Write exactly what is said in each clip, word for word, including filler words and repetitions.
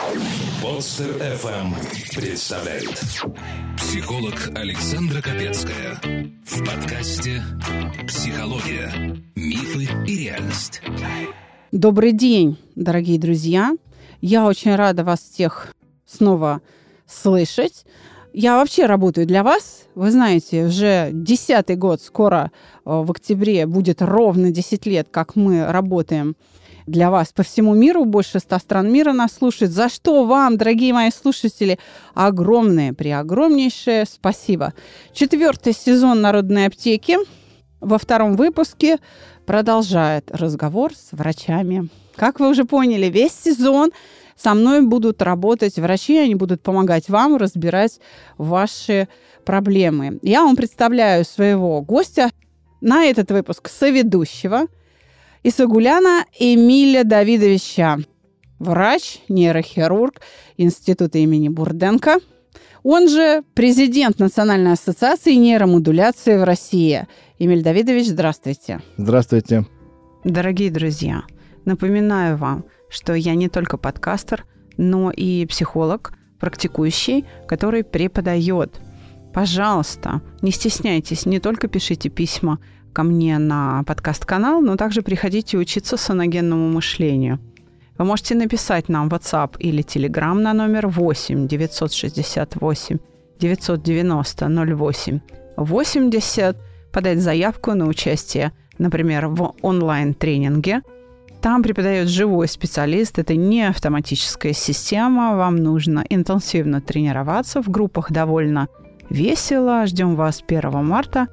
Подстер эф эм представляет психолог Александра Капецкая в подкасте «Психология. Мифы и реальность». Добрый день, дорогие друзья. Я очень рада вас всех снова слышать. Я вообще работаю для вас. Вы знаете, уже десятый год, скоро в октябре будет ровно десять лет, как мы работаем для вас по всему миру. Больше ста стран мира нас слушает. За что вам, дорогие мои слушатели, огромное, преогромнейшее спасибо. Четвертый сезон «Народной аптеки» во втором выпуске продолжает разговор с врачами. Как вы уже поняли, весь сезон со мной будут работать врачи, они будут помогать вам разбирать ваши проблемы. Я вам представляю своего гостя, на этот выпуск соведущего, Исагуляна Эмиля Давидовича, врач, нейрохирург Института имени Бурденко, он же президент Национальной ассоциации нейромодуляции в России. Эмиль Давидович, здравствуйте. Здравствуйте. Дорогие друзья, напоминаю вам, что я не только подкастер, но и психолог, практикующий, который преподает. Пожалуйста, не стесняйтесь, не только пишите письма ко мне на подкаст-канал, но также приходите учиться саногенному мышлению. Вы можете написать нам в WhatsApp или Telegram на номер восемь девятьсот шестьдесят восемь девятьсот девяносто ноль восемь восемьдесят, подать заявку на участие, например, в онлайн-тренинге. Там преподает живой специалист, это не автоматическая система, вам нужно интенсивно тренироваться, в группах довольно весело. Ждем вас первого марта.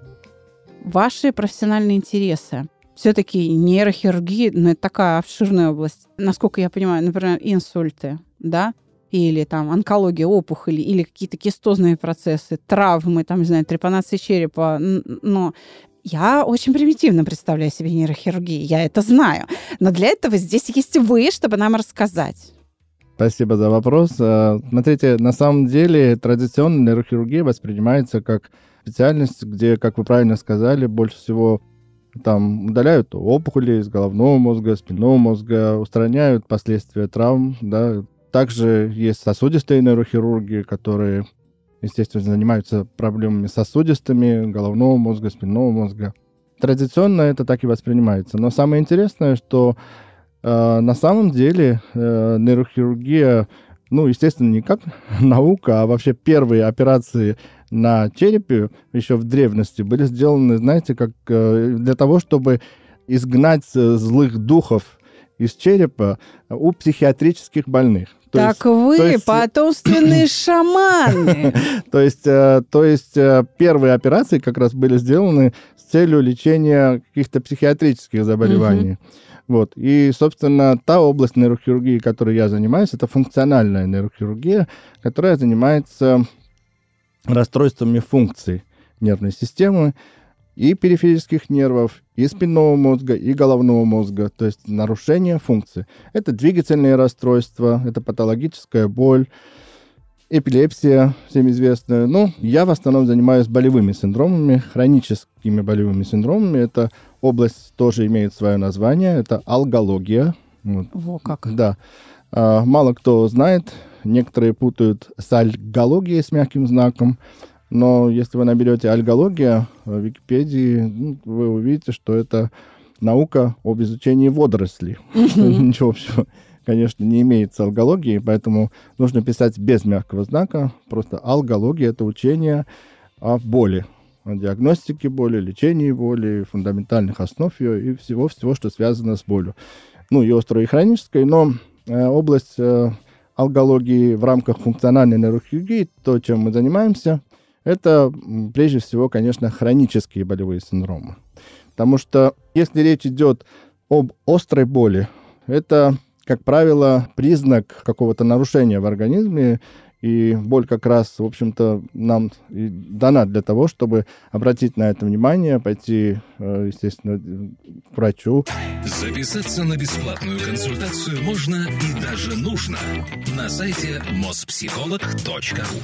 Ваши профессиональные интересы. Все-таки нейрохирургия, ну, это такая обширная область. Насколько я понимаю, например, инсульты, да, или там онкология, опухоли, или какие-то кистозные процессы, травмы, там, не знаю, трепанации черепа. Но я очень примитивно представляю себе нейрохирургию, я это знаю. Но для этого здесь есть вы, чтобы нам рассказать. Спасибо за вопрос. Смотрите, на самом деле традиционная нейрохирургия воспринимается как специальность, где, как вы правильно сказали, больше всего там удаляют опухоли из головного мозга, спинного мозга, устраняют последствия травм, да. Также есть сосудистые нейрохирурги, которые, естественно, занимаются проблемами сосудистыми головного мозга, спинного мозга. Традиционно это так и воспринимается. Но самое интересное, что э, на самом деле э, нейрохирургия, ну, естественно, не как наука, а вообще первые операции на черепе еще в древности были сделаны, знаете, как э, для того, чтобы изгнать злых духов из черепа у психиатрических больных. То так есть, вы то есть, потомственные шаманы. То есть, то есть первые операции как раз были сделаны с целью лечения каких-то психиатрических заболеваний. Вот. И, собственно, та область нейрохирургии, которой я занимаюсь, это функциональная нейрохирургия, которая занимается расстройствами функций нервной системы и периферических нервов, и спинного мозга, и головного мозга, то есть нарушение функций. Это двигательные расстройства, это патологическая боль, эпилепсия, всем известная. Ну, я в основном занимаюсь болевыми синдромами, хроническими болевыми синдромами. Эта область тоже имеет свое название, это алгология. Вот. Во как. Да. А, мало кто знает, некоторые путают с альгологией с мягким знаком. Но если вы наберете альгология в Википедии, ну, вы увидите, что это наука об изучении водорослей. Ничего общего, конечно, не имеет с алгологией, поэтому нужно писать без мягкого знака. Просто алгология — это учение о боли, о диагностике боли, лечении боли, фундаментальных основ ее и всего-всего, что связано с болью. Ну, и острой, и хронической, но э, область э, алгологии в рамках функциональной нейрохирургии, то, чем мы занимаемся, это, прежде всего, конечно, хронические болевые синдромы. Потому что, если речь идет об острой боли, это, как правило, признак какого-то нарушения в организме, и боль как раз, в общем-то, нам и дана для того, чтобы обратить на это внимание, пойти, естественно, к врачу. Записаться на бесплатную консультацию можно и даже нужно на сайте мозпсихолог точка ру.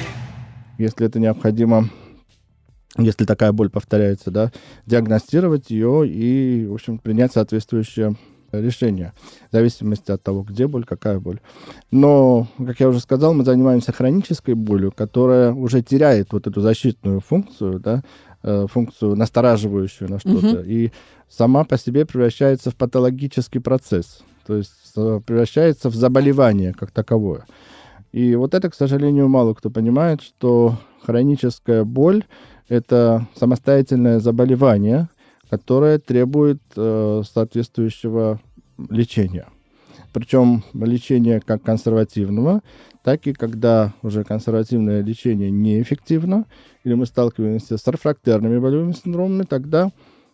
Если это необходимо, если такая боль повторяется, да, диагностировать ее и, в общем, принять соответствующее решения, в зависимости от того, где боль, какая боль. Но, как я уже сказал, мы занимаемся хронической болью, которая уже теряет вот эту защитную функцию, да, функцию настораживающую на что-то, угу. и сама по себе превращается в патологический процесс, то есть превращается в заболевание как таковое. И вот это, к сожалению, мало кто понимает, что хроническая боль – это самостоятельное заболевание, которое требует э, соответствующего лечения. Причем лечения как консервативного, так и когда уже консервативное лечение неэффективно, или мы сталкиваемся с рефрактерными болевыми синдромами, тогда,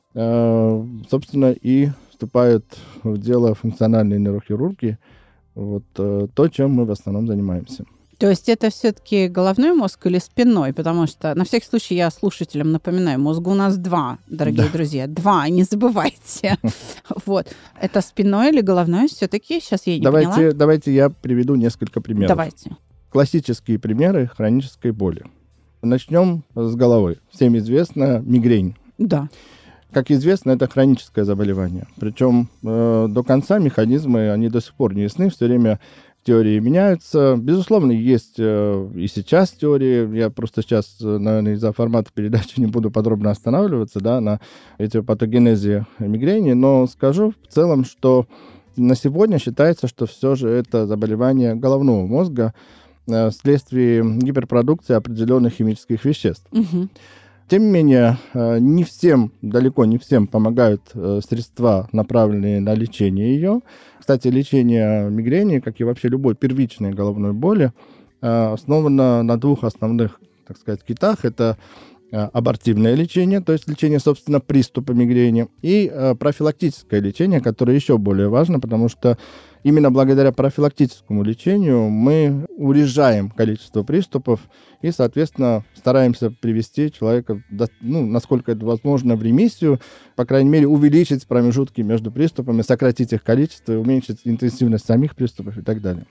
э, собственно, и вступают в дело функциональные нейрохирурги, вот э, то, чем мы в основном занимаемся. То есть это все-таки головной мозг или спинной? Потому что, на всякий случай, я слушателям напоминаю, мозга у нас два, дорогие да. друзья. Два, не забывайте. Вот. Это спинной или головной все-таки? Сейчас я не давайте, поняла. Давайте я приведу несколько примеров. Давайте. Классические примеры хронической боли. Начнем с головы. Всем известна мигрень. Да. Как известно, это хроническое заболевание. Причем э, до конца механизмы, они до сих пор не ясны, все время теории меняются. Безусловно, есть э, и сейчас теории. Я просто сейчас, наверное, из-за формата передачи не буду подробно останавливаться, да, на этиопатогенезе мигрени, но скажу в целом, что на сегодня считается, что все же это заболевание головного мозга э, вследствие гиперпродукции определенных химических веществ. Угу. Тем не менее, не всем, далеко не всем помогают средства, направленные на лечение ее. Кстати, лечение мигрени, как и вообще любой первичной головной боли, основано на двух основных, так сказать, китах. Это абортивное лечение, то есть лечение, собственно, приступа мигрени, и профилактическое лечение, которое еще более важно, потому что именно благодаря профилактическому лечению мы урежаем количество приступов и, соответственно, стараемся привести человека, ну, насколько это возможно, в ремиссию, по крайней мере, увеличить промежутки между приступами, сократить их количество, уменьшить интенсивность самих приступов и так далее.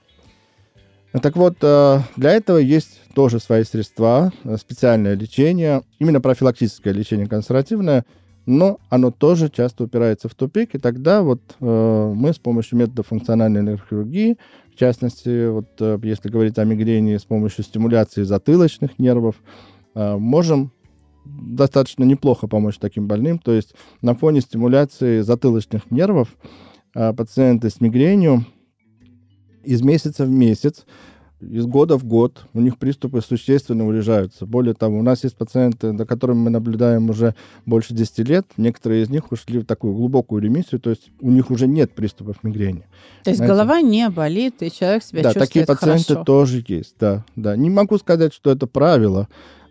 Так вот, для этого есть тоже свои средства, специальное лечение, именно профилактическое лечение консервативное, но оно тоже часто упирается в тупик, и тогда вот э, мы с помощью методов функциональной нейрохирургии, в частности, вот э, если говорить о мигрени, с помощью стимуляции затылочных нервов, э, можем достаточно неплохо помочь таким больным. То есть на фоне стимуляции затылочных нервов э, пациенты с мигренью из месяца в месяц, из года в год у них приступы существенно урежаются. Более того, у нас есть пациенты, за которыми мы наблюдаем уже больше десяти лет. Некоторые из них ушли в такую глубокую ремиссию, то есть у них уже нет приступов мигрени. То есть Знаете? голова не болит, и человек себя да, чувствует такие пациенты хорошо. тоже есть, да, да. Не могу сказать, что это правило,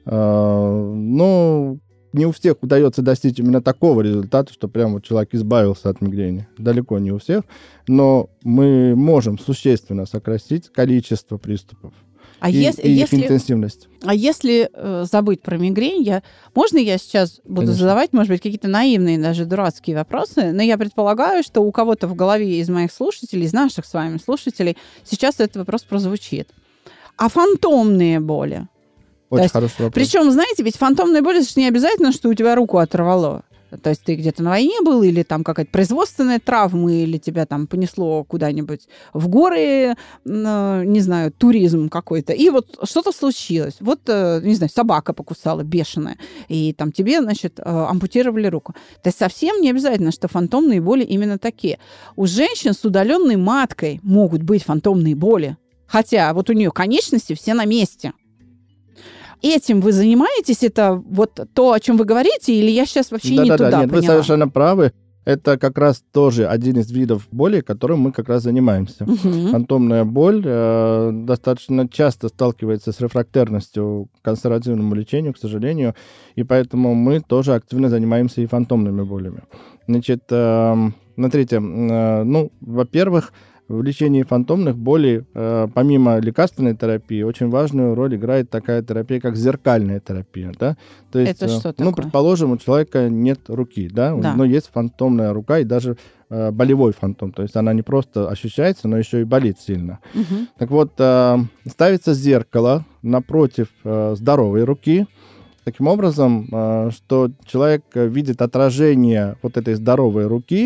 но не у всех удается достичь именно такого результата, что прям вот человек избавился от мигрени. Далеко не у всех. Но мы можем существенно сократить количество приступов а и, если, и их если, интенсивность. А если э, забыть про мигрень, я, можно я сейчас буду Конечно. задавать, может быть, какие-то наивные, даже дурацкие вопросы, но я предполагаю, что у кого-то в голове из моих слушателей, из наших с вами слушателей, сейчас этот вопрос прозвучит. А фантомные боли? Очень есть, хороший вопрос. Причем, знаете, ведь фантомная боль, это же не обязательно, что у тебя руку оторвало. То есть ты где-то на войне был, или там какая-то производственная травма, или тебя там понесло куда-нибудь в горы, не знаю, туризм какой-то. И вот что-то случилось. Вот, не знаю, собака покусала бешеная, и там тебе, значит, ампутировали руку. То есть совсем не обязательно, что фантомные боли именно такие. У женщин с удаленной маткой могут быть фантомные боли. Хотя вот у нее конечности все на месте. Этим вы занимаетесь? Это вот то, о чем вы говорите, или я сейчас вообще да, не да, туда да, нет, поняла? Вы совершенно правы. Это как раз тоже один из видов боли, которым мы как раз занимаемся. Угу. Фантомная боль э, достаточно часто сталкивается с рефрактерностью к консервативному лечению, к сожалению, и поэтому мы тоже активно занимаемся и фантомными болями. Значит, э, смотрите, э, ну, во-первых, в лечении фантомных болей, э, помимо лекарственной терапии, очень важную роль играет такая терапия, как зеркальная терапия. Да? То есть, Это что э, такое? Ну, предположим, у человека нет руки, да? Да. Но есть фантомная рука и даже э, болевой фантом. То есть она не просто ощущается, но еще и болит сильно. Угу. Так вот, э, ставится зеркало напротив э, здоровой руки, таким образом, э, что человек видит отражение вот этой здоровой руки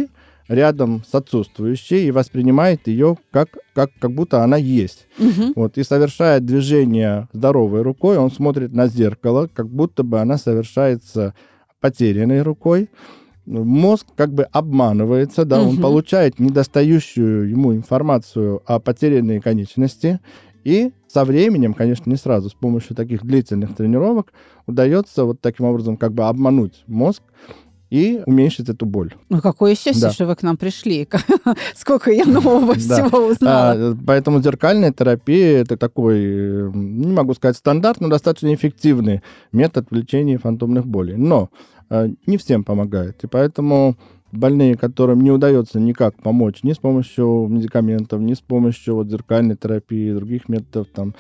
рядом с отсутствующей и воспринимает ее как, как, как будто она есть. Угу. Вот, и совершая движение здоровой рукой, он смотрит на зеркало, как будто бы она совершается потерянной рукой. Мозг как бы обманывается, да, угу. он получает недостающую ему информацию о потерянной конечности, и со временем, конечно, не сразу, с помощью таких длительных тренировок удается вот таким образом как бы обмануть мозг и уменьшить эту боль. Ну, какое счастье, да. что вы к нам пришли. Сколько я нового всего узнала. А, поэтому зеркальная терапия – это такой, не могу сказать стандарт, но достаточно эффективный метод лечения фантомных болей. Но а, не всем помогает. И поэтому больные, которым не удается никак помочь ни с помощью медикаментов, ни с помощью вот, зеркальной терапии, других методов, там,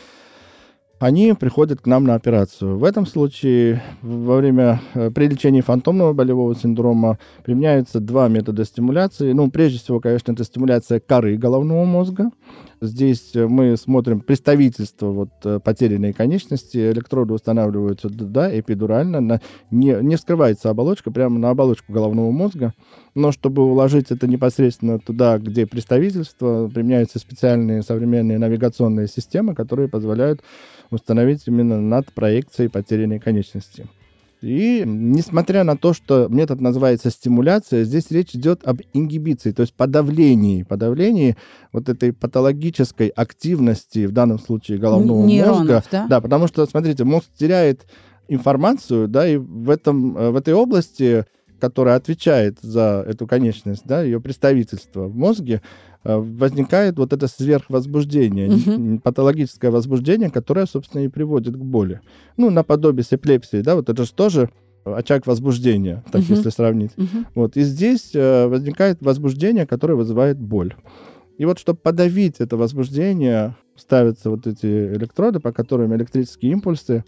они приходят к нам на операцию. В этом случае во время, при лечении фантомного болевого синдрома применяются два метода стимуляции. Ну, прежде всего, конечно, это стимуляция коры головного мозга. Здесь мы смотрим представительство вот, потерянной конечности. Электроды устанавливаются да, эпидурально. На, не, не вскрывается оболочка, прямо на оболочку головного мозга. Но чтобы уложить это непосредственно туда, где представительство, применяются специальные современные навигационные системы, которые позволяют установить именно над проекцией потерянной конечности. И несмотря на то, что метод называется стимуляция, здесь речь идет об ингибиции, то есть подавлении, подавлении вот этой патологической активности, в данном случае головного Нейронов, мозга. Да? Да, потому что, смотрите, мозг теряет информацию, да, и в, этом, в этой области, которая отвечает за эту конечность, да, ее представительство в мозге, возникает вот это сверхвозбуждение, угу. патологическое возбуждение, которое, собственно, и приводит к боли. Ну, наподобие с эпилепсией, да, вот это же тоже очаг возбуждения, так угу. если сравнить. Угу. Вот, и здесь возникает возбуждение, которое вызывает боль. И вот, чтобы подавить это возбуждение, ставятся вот эти электроды, по которым электрические импульсы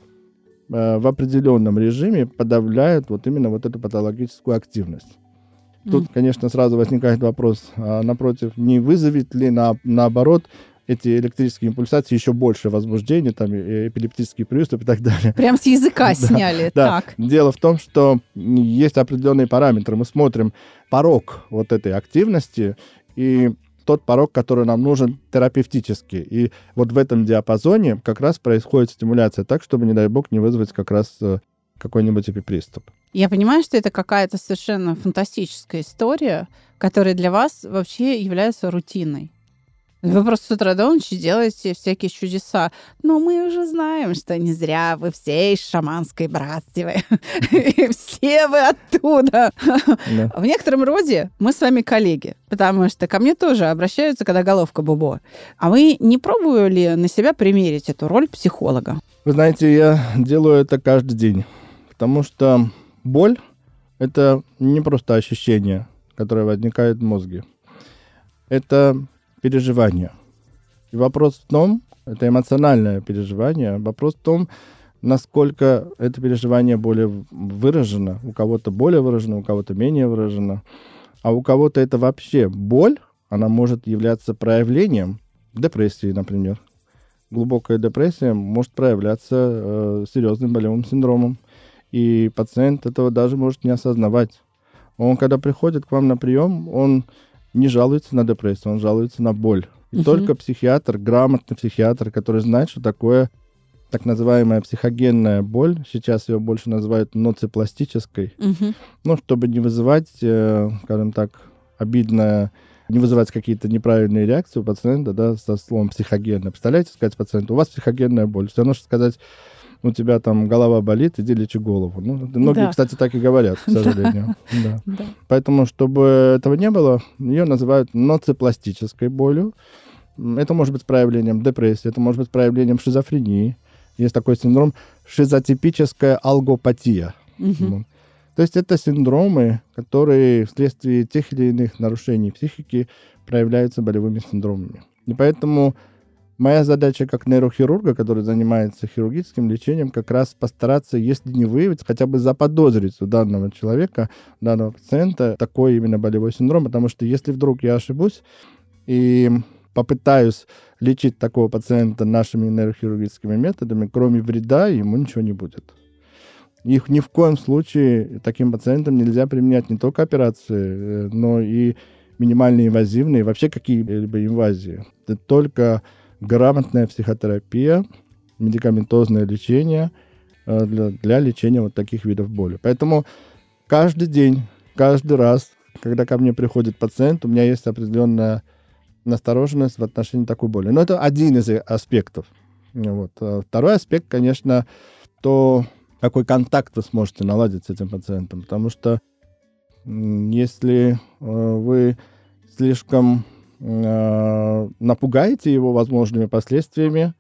в определенном режиме подавляют вот именно вот эту патологическую активность. Тут, конечно, сразу возникает вопрос, а напротив, не вызовет ли на, наоборот эти электрические импульсации еще больше возбуждения, там, эпилептический приступ и так далее. Прям с языка сняли. Да, так. Дело в том, что есть определенные параметры. Мы смотрим порог вот этой активности и тот порог, который нам нужен терапевтически. И вот в этом диапазоне как раз происходит стимуляция так, чтобы, не дай бог, не вызвать как раз какой-нибудь эпиприступ. Я понимаю, что это какая-то совершенно фантастическая история, которая для вас вообще является рутиной. Вы просто с утра до ночи делаете всякие чудеса. Но мы уже знаем, что не зря вы все из шаманской братья. Все вы оттуда. В некотором роде мы с вами коллеги, потому что ко мне тоже обращаются, когда головка бобо. А вы не пробовали на себя примерить эту роль психолога? Вы знаете, я делаю это каждый день, потому что боль — это не просто ощущение, которое возникает в мозге. Это переживание. И вопрос в том, это эмоциональное переживание, вопрос в том, насколько это переживание более выражено. У кого-то более выражено, у кого-то менее выражено. А у кого-то это вообще боль, она может являться проявлением депрессии, например. Глубокая депрессия может проявляться э, серьезным болевым синдромом. И пациент этого даже может не осознавать. Он, когда приходит к вам на прием, он не жалуется на депрессию, он жалуется на боль. И uh-huh. только психиатр, грамотный психиатр, который знает, что такое так называемая психогенная боль, сейчас ее больше называют ноципластической, uh-huh. ну, чтобы не вызывать, э, скажем так, обидное, не вызывать какие-то неправильные реакции у пациента, да, со словом психогенная. Представляете, сказать пациенту, у вас психогенная боль. Все равно, что сказать, у тебя там голова болит, иди лечи голову. Ну, многие, да. кстати, так и говорят, к сожалению. Да. Да. Поэтому, чтобы этого не было, ее называют ноципластической болью. Это может быть проявлением депрессии, это может быть проявлением шизофрении. Есть такой синдром шизотипическая алгопатия. Угу. То есть это синдромы, которые вследствие тех или иных нарушений психики проявляются болевыми синдромами. И поэтому моя задача как нейрохирурга, который занимается хирургическим лечением, как раз постараться, если не выявить, хотя бы заподозрить у данного человека, у данного пациента такой именно болевой синдром, потому что если вдруг я ошибусь и попытаюсь лечить такого пациента нашими нейрохирургическими методами, кроме вреда ему ничего не будет. Их ни в коем случае таким пациентам нельзя применять не только операции, но и минимально инвазивные, вообще какие-либо инвазии. Это только грамотная психотерапия, медикаментозное лечение для, для лечения вот таких видов боли. Поэтому каждый день, каждый раз, когда ко мне приходит пациент, у меня есть определенная настороженность в отношении такой боли. Но это один из аспектов. Вот. Второй аспект, конечно, то, какой контакт вы сможете наладить с этим пациентом. Потому что если вы слишком напугаете его возможными последствиями,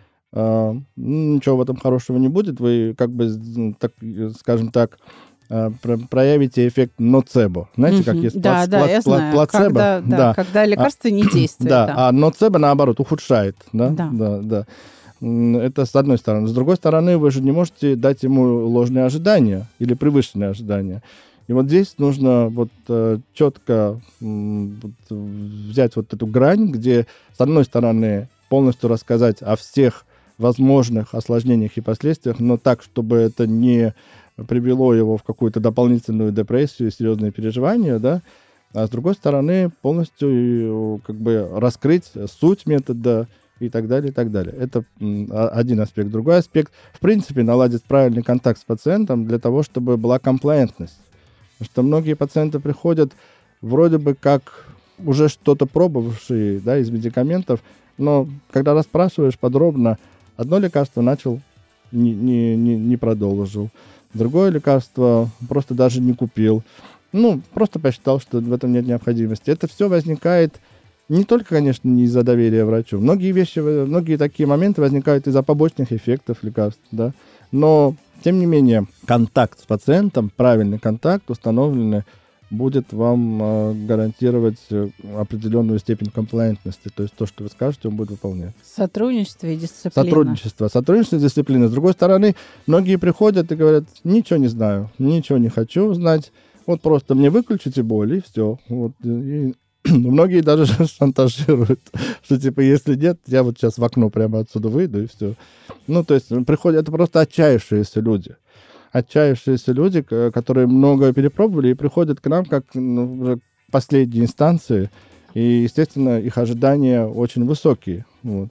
ничего в этом хорошего не будет. Вы, как бы, так, скажем так, проявите эффект ноцебо. Знаете, как есть да, плац, да, плац, я знаю. плацебо? Когда, да, да. когда лекарство а, не действует. Да, да. А ноцебо, наоборот, ухудшает. Да? Да. Да, да. Это с одной стороны. С другой стороны, вы же не можете дать ему ложные ожидания или превышенные ожидания. И вот здесь нужно вот четко вот, взять вот эту грань, где, с одной стороны, полностью рассказать о всех возможных осложнениях и последствиях, но так, чтобы это не привело его в какую-то дополнительную депрессию, серьезные переживания, да, а с другой стороны, полностью как бы раскрыть суть метода и так далее, и так далее. Это один аспект. Другой аспект, в принципе, наладить правильный контакт с пациентом для того, чтобы была комплаентность. Потому что многие пациенты приходят вроде бы как уже что-то пробовавшие, да, из медикаментов, но когда расспрашиваешь подробно, одно лекарство начал, не, не, не, не продолжил. Другое лекарство просто даже не купил. Ну, просто посчитал, что в этом нет необходимости. Это все возникает не только, конечно, не из-за доверия врачу. Многие вещи, многие такие моменты возникают из-за побочных эффектов лекарств, да. Но, тем не менее, контакт с пациентом, правильный контакт установленный, будет вам э, гарантировать определенную степень комплаентности. То есть то, что вы скажете, он будет выполнять. Сотрудничество и дисциплина. Сотрудничество. Сотрудничество и дисциплина. С другой стороны, многие приходят и говорят, ничего не знаю, ничего не хочу знать. Вот просто мне выключите боль, и все. Вот. И многие даже шантажируют, что типа, если нет, я вот сейчас в окно прямо отсюда выйду, и все. Ну, то есть приходят, это просто отчаявшиеся люди. Отчаявшиеся люди, которые много перепробовали и приходят к нам как ну, уже последней инстанции. И, естественно, их ожидания очень высокие. Вот.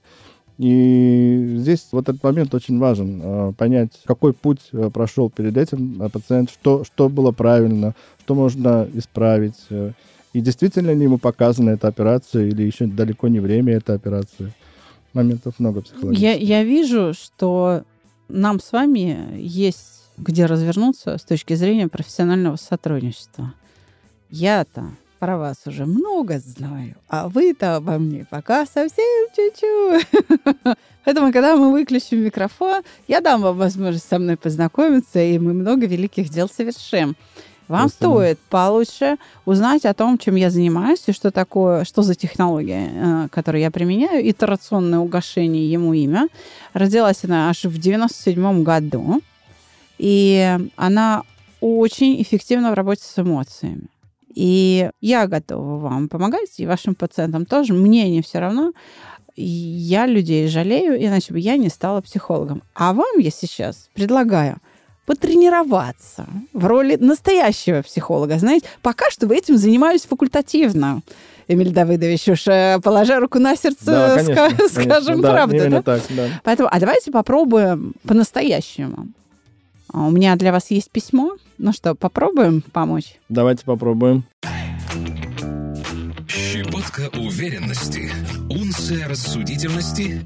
И здесь вот этот момент очень важен. Понять, какой путь прошел перед этим пациент, что, что было правильно, что можно исправить. И действительно ли ему показана эта операция, или еще далеко не время этой операции. Моментов много психологических. Я, я вижу, что нам с вами есть где развернуться с точки зрения профессионального сотрудничества. Я-то про вас уже много знаю, а вы-то обо мне пока совсем чуть-чуть. Поэтому, когда мы выключим микрофон, я дам вам возможность со мной познакомиться, и мы много великих дел совершим. Вам Просто стоит получше узнать о том, чем я занимаюсь, и что такое, что за технология, которую я применяю. Итерационное угошение, ему имя. Родилась она аж в девяносто седьмом году. И она очень эффективна в работе с эмоциями. И я готова вам помогать, и вашим пациентам тоже. Мне не все равно. Я людей жалею, иначе бы я не стала психологом. А вам я сейчас предлагаю потренироваться в роли настоящего психолога. Знаете, пока что вы этим занимаюсь факультативно. Эмиль Давыдович, уж положа руку на сердце, да, конечно, ска- конечно, скажем да, правду. Да? Так, да. Поэтому, а давайте попробуем по-настоящему. У меня для вас есть письмо. Ну что, попробуем помочь? Давайте попробуем. Щепотка уверенности, унция рассудительности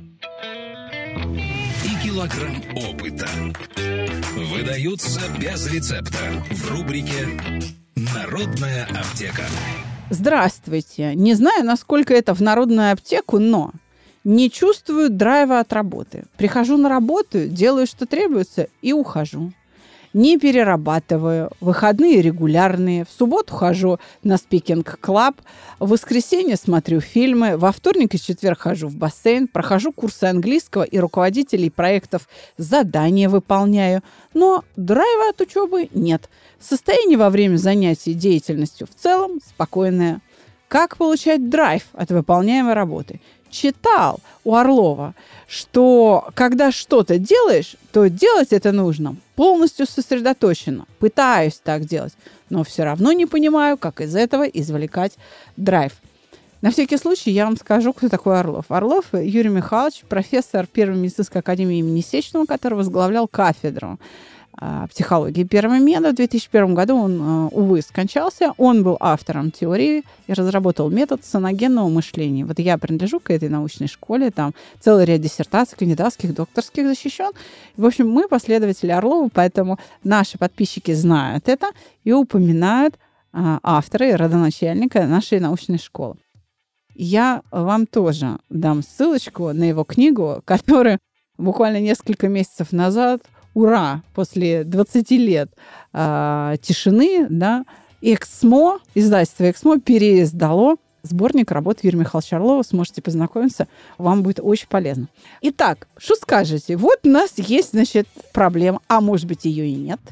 и килограмм опыта выдаются без рецепта в рубрике «Народная аптека». Здравствуйте. Не знаю, насколько это в народную аптеку, но не чувствую драйва от работы. Прихожу на работу, делаю, что требуется, и ухожу. Не перерабатываю. Выходные регулярные. В субботу хожу на спикинг-клаб. В воскресенье смотрю фильмы. Во вторник и четверг хожу в бассейн. Прохожу курсы английского и руководителей проектов задания выполняю. Но драйва от учебы нет. Состояние во время занятий деятельностью в целом спокойное. Как получать драйв от выполняемой работы? Читал у Орлова, что когда что-то делаешь, то делать это нужно полностью сосредоточенно. Пытаюсь так делать. но все равно не понимаю, как из этого извлекать драйв. На всякий случай я вам скажу, кто такой Орлов. Орлов Юрий Михайлович, профессор Первой медицинской академии имени Сеченова, который возглавлял кафедру психологии первого меда. В две тысячи первом году он, увы, скончался. Он был автором теории и разработал метод саногенного мышления. Вот я принадлежу к этой научной школе, там целый ряд диссертаций, кандидатских, докторских защищен. В общем, мы последователи Орлова, поэтому наши подписчики знают это и упоминают а, автора и родоначальника нашей научной школы. Я вам тоже дам ссылочку на его книгу, которую буквально несколько месяцев назад, ура, после двадцати лет э, тишины, да, Эксмо, издательство Эксмо переиздало сборник работ Юрия Михайловича Орлова. Сможете познакомиться, вам будет очень полезно. Итак, что скажете? Вот у нас есть, значит, проблема, а может быть, ее и нет.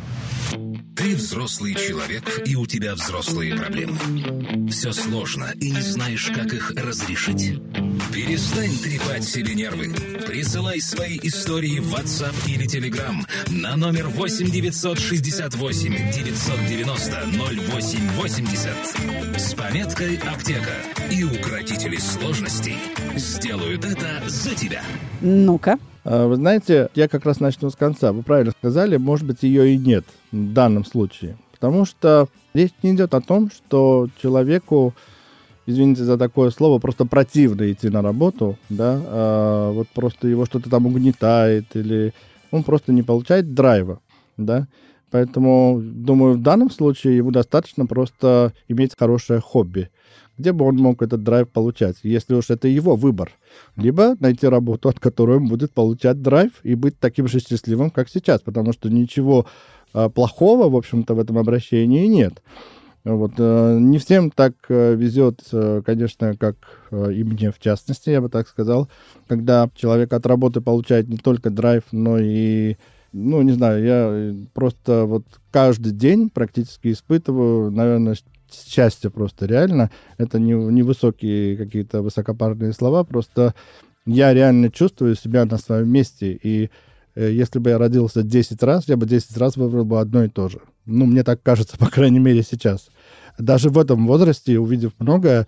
Ты взрослый человек, и у тебя взрослые проблемы. Все сложно, и не знаешь, как их разрешить. Перестань трепать себе нервы. Присылай свои истории в WhatsApp или Telegram на номер восемь девятьсот шестьдесят восемь девятьсот девяносто ноль восемь восемьдесят с пометкой «Аптека». И укротители сложностей сделают это за тебя. Ну-ка. Вы знаете, я как раз начну с конца. Вы правильно сказали, может быть, ее и нет в данном случае. Потому что речь не идет о том, что человеку, извините за такое слово, просто противно идти на работу, да, а вот просто его что-то там угнетает, или он просто не получает драйва, да. Поэтому, думаю, в данном случае ему достаточно просто иметь хорошее хобби, где бы он мог этот драйв получать, если уж это его выбор. Либо найти работу, от которой он будет получать драйв и быть таким же счастливым, как сейчас, потому что ничего а, плохого, в общем-то, в этом обращении нет. Вот, а, не всем так а, везет, а, конечно, как а, и мне в частности, я бы так сказал, когда человек от работы получает не только драйв, но и, ну, не знаю, я просто вот каждый день практически испытываю, наверное, счастье просто реально. Это не, не высокие какие-то высокопарные слова, просто я реально чувствую себя на своем месте. И э, если бы я родился десять раз, я бы десять раз выбрал бы одно и то же. Ну, мне так кажется, по крайней мере, сейчас. Даже в этом возрасте, увидев многое,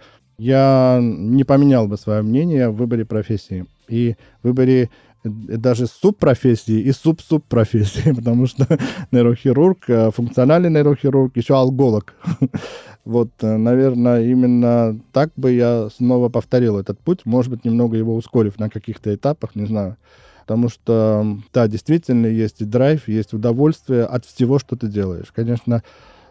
я не поменял бы свое мнение в выборе профессии. И в выборе даже субпрофессии и суб-субпрофессии, потому что нейрохирург, функциональный нейрохирург, еще алголог. Вот, наверное, именно так бы я снова повторил этот путь, может быть, немного его ускорив на каких-то этапах, не знаю. Потому что, да, действительно, есть и драйв, есть удовольствие от всего, что ты делаешь. Конечно,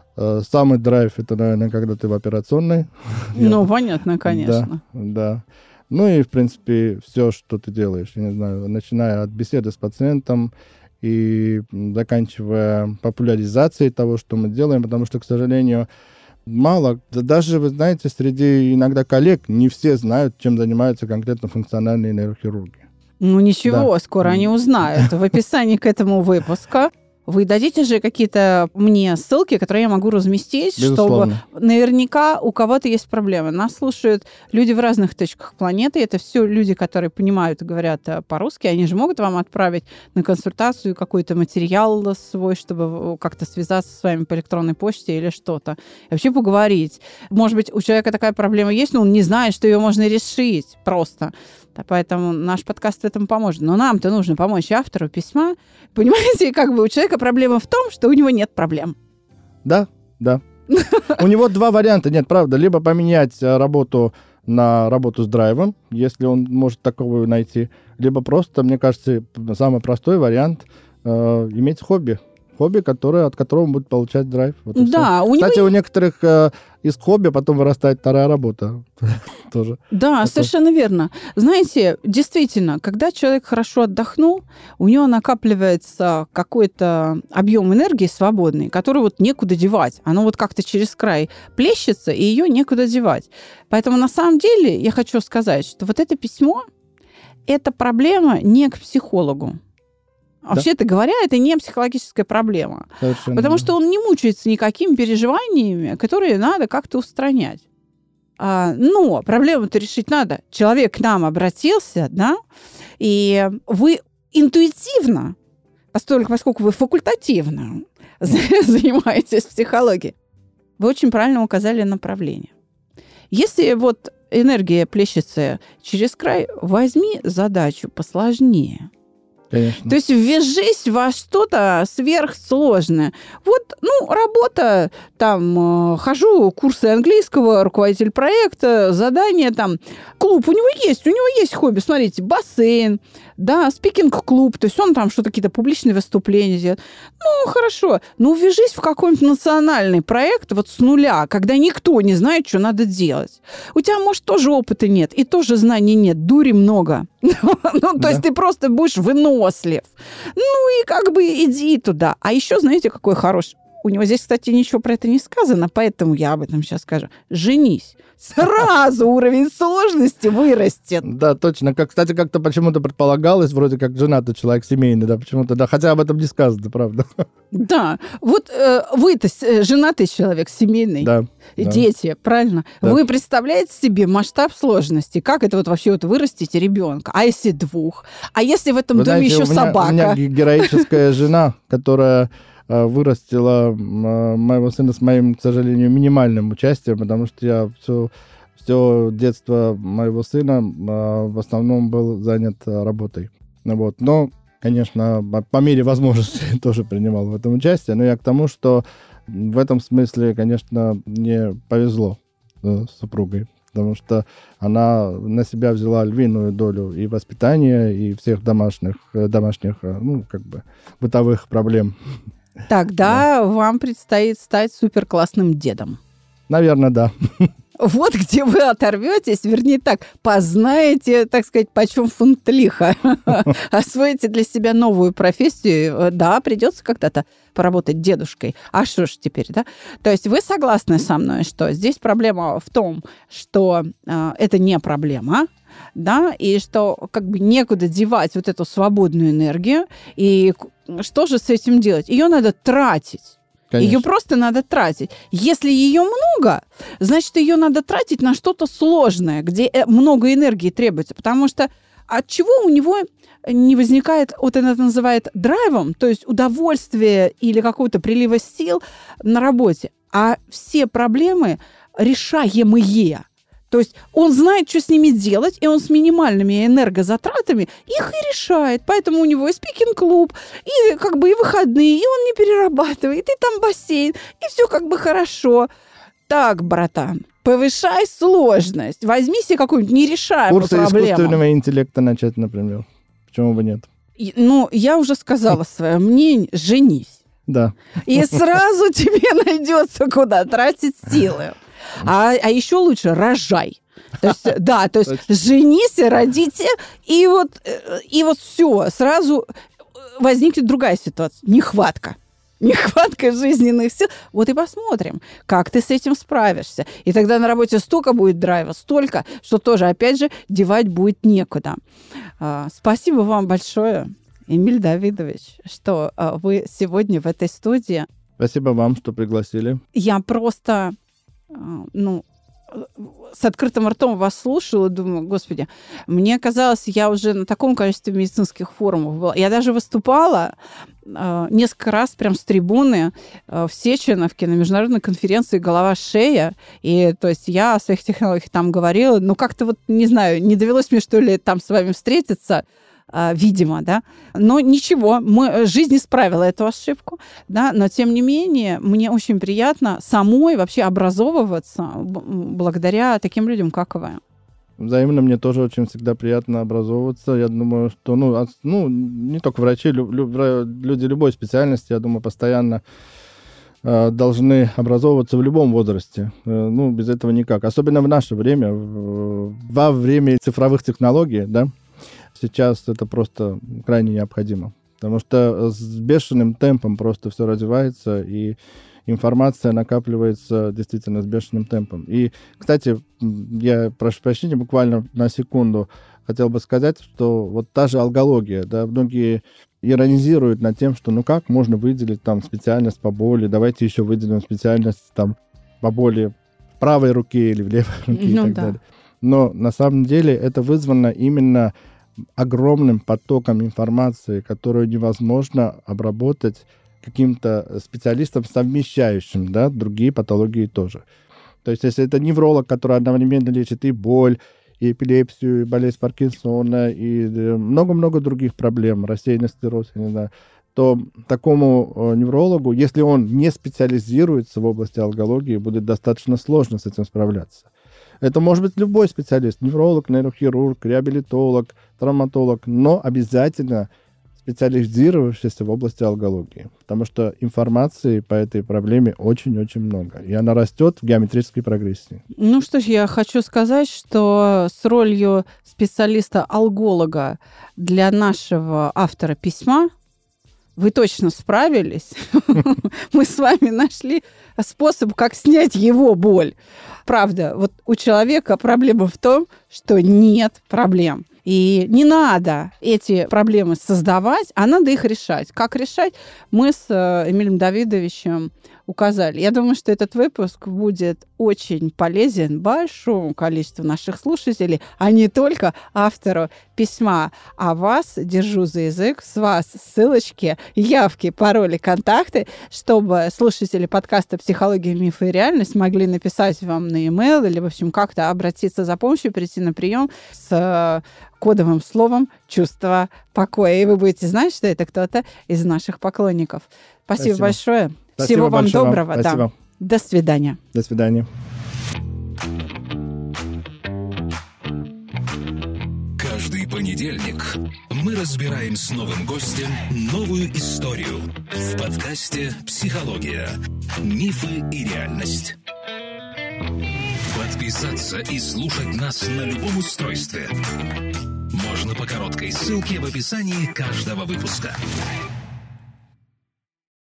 самый драйв — это, наверное, когда ты в операционной. Ну, понятно, конечно. Да, да. Ну и, в принципе, все, что ты делаешь, я не знаю, начиная от беседы с пациентом и заканчивая популяризацией того, что мы делаем, потому что, к сожалению, мало, да даже, вы знаете, среди иногда коллег не все знают, чем занимаются конкретно функциональные нейрохирурги. Ну ничего, Да. скоро они узнают. В описании к этому выпуска вы дадите же какие-то мне ссылки, которые я могу разместить, Безусловно. чтобы наверняка у кого-то есть проблемы. Нас слушают люди в разных точках планеты. Это все люди, которые понимают и говорят по-русски. Они же могут вам отправить на консультацию какой-то материал свой, чтобы как-то связаться с вами по электронной почте или что-то. И вообще поговорить. Может быть, у человека такая проблема есть, но он не знает, что ее можно решить просто. Поэтому наш подкаст в этом поможет. Но нам-то нужно помочь автору письма. Понимаете, как бы у человека проблема в том, что у него нет проблем. Да, да. У него два варианта, нет, правда. Либо поменять работу на работу с драйвом, если он может такого найти. Либо просто, мне кажется, самый простой вариант э, иметь хобби. Хобби, которое, от которого он будет получать драйв. Вот да, у Кстати, него... у некоторых э, из хобби потом вырастает вторая работа. Тоже. Да, это... совершенно верно. Знаете, действительно, когда человек хорошо отдохнул, у него накапливается какой-то объем энергии свободный, который вот некуда девать. Оно вот как-то через край плещется, и ее некуда девать. Поэтому на самом деле я хочу сказать, что вот это письмо – это проблема не к психологу. Да. Вообще-то говоря, это не психологическая проблема. Совершенно. Потому что он не мучается никакими переживаниями, которые надо как-то устранять. А, но проблему-то решить надо. Человек к нам обратился, да, и вы интуитивно, поскольку, поскольку вы факультативно занимаетесь психологией. Вы очень правильно указали направление. Если вот энергия плещется через край, возьми задачу посложнее. Конечно. То есть ввяжись во что-то сверхсложное. Вот, ну, работа, там, хожу, курсы английского, руководитель проекта, задание, там, клуб у него есть, у него есть хобби, смотрите, бассейн, да, спикинг-клуб, то есть он там что-то, какие-то публичные выступления делает. Ну, хорошо, но ввяжись в какой-нибудь национальный проект вот с нуля, когда никто не знает, что надо делать. У тебя, может, тоже опыта нет, и тоже знаний нет, дури много. Ну, то есть ты просто будешь вынослив. Ну, и как бы иди туда. А еще, знаете, какой хороший? У него здесь, кстати, ничего про это не сказано, поэтому я об этом сейчас скажу. Женись. Сразу уровень сложности вырастет. Да, точно. Как, кстати, как-то почему-то предполагалось, вроде как женатый человек семейный, да, почему-то, да. Хотя об этом не сказано, правда. Да. Вот э, вы-то женатый человек, семейный. Да. Дети, да. Правильно? Да. Вы представляете себе масштаб сложности? Как это вот вообще вот вырастить ребенка? А если двух? А если в этом Вы доме знаете, еще у меня, собака? У меня героическая жена, которая вырастила моего сына с моим, к сожалению, минимальным участием, потому что я все, все детство моего сына в основном был занят работой. Вот. Но, конечно, по мере возможности тоже принимал в этом участие. Но я к тому, что в этом смысле, конечно, мне повезло с супругой, потому что она на себя взяла львиную долю и воспитания, и всех домашних, домашних, ну, как бы, бытовых проблем. Тогда да. вам предстоит стать суперклассным дедом. Наверное, да. Вот где вы оторветесь, вернее так, познаете, так сказать, почем фунт лиха. Освоите для себя новую профессию. Да, придется когда-то поработать дедушкой. А что ж теперь, да? То есть вы согласны со мной, что здесь проблема в том, что э, это не проблема, да, и что как бы некуда девать вот эту свободную энергию, и что же с этим делать? Ее надо тратить. Конечно. Ее просто надо тратить. Если ее много, значит, ее надо тратить на что-то сложное, где много энергии требуется, потому что от чего у него не возникает, вот это называют драйвом, то есть удовольствие или какого-то прилива сил на работе, а все проблемы решаемые. То есть он знает, что с ними делать, и он с минимальными энергозатратами их и решает. Поэтому у него и спикинг-клуб, и как бы и выходные, и он не перерабатывает, и там бассейн, и все как бы хорошо. Так, братан, повышай сложность. Возьми себе какую-нибудь нерешаемую Курсы проблему. Курсы искусственного интеллекта начать, например. Почему бы нет? И, ну, я уже сказала свое мнение. Женись. Да. И сразу тебе найдется, куда тратить силы. А, а еще лучше рожай. То есть, да, то есть женись, родите, и вот, и вот все, сразу возникнет другая ситуация. Нехватка. Нехватка жизненных сил. Вот и посмотрим, как ты с этим справишься. И тогда на работе столько будет драйва, столько, что тоже, опять же, девать будет некуда. Спасибо вам большое, Эмиль Давидович, что вы сегодня в этой студии. Спасибо вам, что пригласили. Я просто... ну, с открытым ртом вас слушала, думаю, господи, мне казалось, я уже на таком количестве медицинских форумов была. Я даже выступала э, несколько раз прям с трибуны э, в Сеченовке на международной конференции «Голова-шея». И то есть я о своих технологиях там говорила, но как-то вот, не знаю, не довелось мне, что ли, там с вами встретиться, видимо, да, но ничего, мы, жизнь исправила эту ошибку, да, но тем не менее мне очень приятно самой вообще образовываться благодаря таким людям, как вы. Взаимно, мне тоже очень всегда приятно образовываться. Я думаю, что, ну, ну не только врачи, лю, лю, люди любой специальности, я думаю, постоянно э, должны образовываться в любом возрасте. Э, ну, без этого никак. Особенно в наше время, в, во время цифровых технологий, да, сейчас это просто крайне необходимо, потому что с бешеным темпом просто все развивается, и информация накапливается действительно с бешеным темпом. И, кстати, я прошу прощения, буквально на секунду хотел бы сказать, что вот та же алгология, да, многие иронизируют над тем, что ну как можно выделить там специальность по боли, давайте еще выделим специальность там по боли в правой руке или в левой руке ну, и так да. далее. Но на самом деле это вызвано именно огромным потоком информации, которую невозможно обработать каким-то специалистом, совмещающим, да, другие патологии тоже. То есть если это невролог, который одновременно лечит и боль, и эпилепсию, и болезнь Паркинсона, и много-много других проблем, рассеянный склероз, я не знаю, то такому неврологу, если он не специализируется в области алгологии, будет достаточно сложно с этим справляться. Это может быть любой специалист, невролог, нейрохирург, реабилитолог, травматолог, но обязательно специализировавшийся в области алгологии, потому что информации по этой проблеме очень-очень много, и она растет в геометрической прогрессии. Ну что ж, я хочу сказать, что с ролью специалиста-алголога для нашего автора письма вы точно справились. Мы с вами нашли способ, как снять его боль. Правда, вот у человека проблема в том, что нет проблем. И не надо эти проблемы создавать, а надо их решать. Как решать, мы с Эмилем Давидовичем указали. Я думаю, что этот выпуск будет очень полезен большому количеству наших слушателей, а не только автору письма. А вас держу за язык, с вас ссылочки, явки, пароли, контакты, чтобы слушатели подкаста «Психология, мифы и реальность» могли написать вам на e-mail или, в общем, как-то обратиться за помощью, прийти на прием с кодовым словом «чувство покоя». И вы будете знать, что это кто-то из наших поклонников. Спасибо, Спасибо. большое. Спасибо Всего вам большое. доброго. Спасибо. Да. До свидания. До свидания. Каждый понедельник мы разбираем с новым гостем новую историю в подкасте «Психология. Мифы и реальность». Подписаться и слушать нас на любом устройстве можно по короткой ссылке в описании каждого выпуска.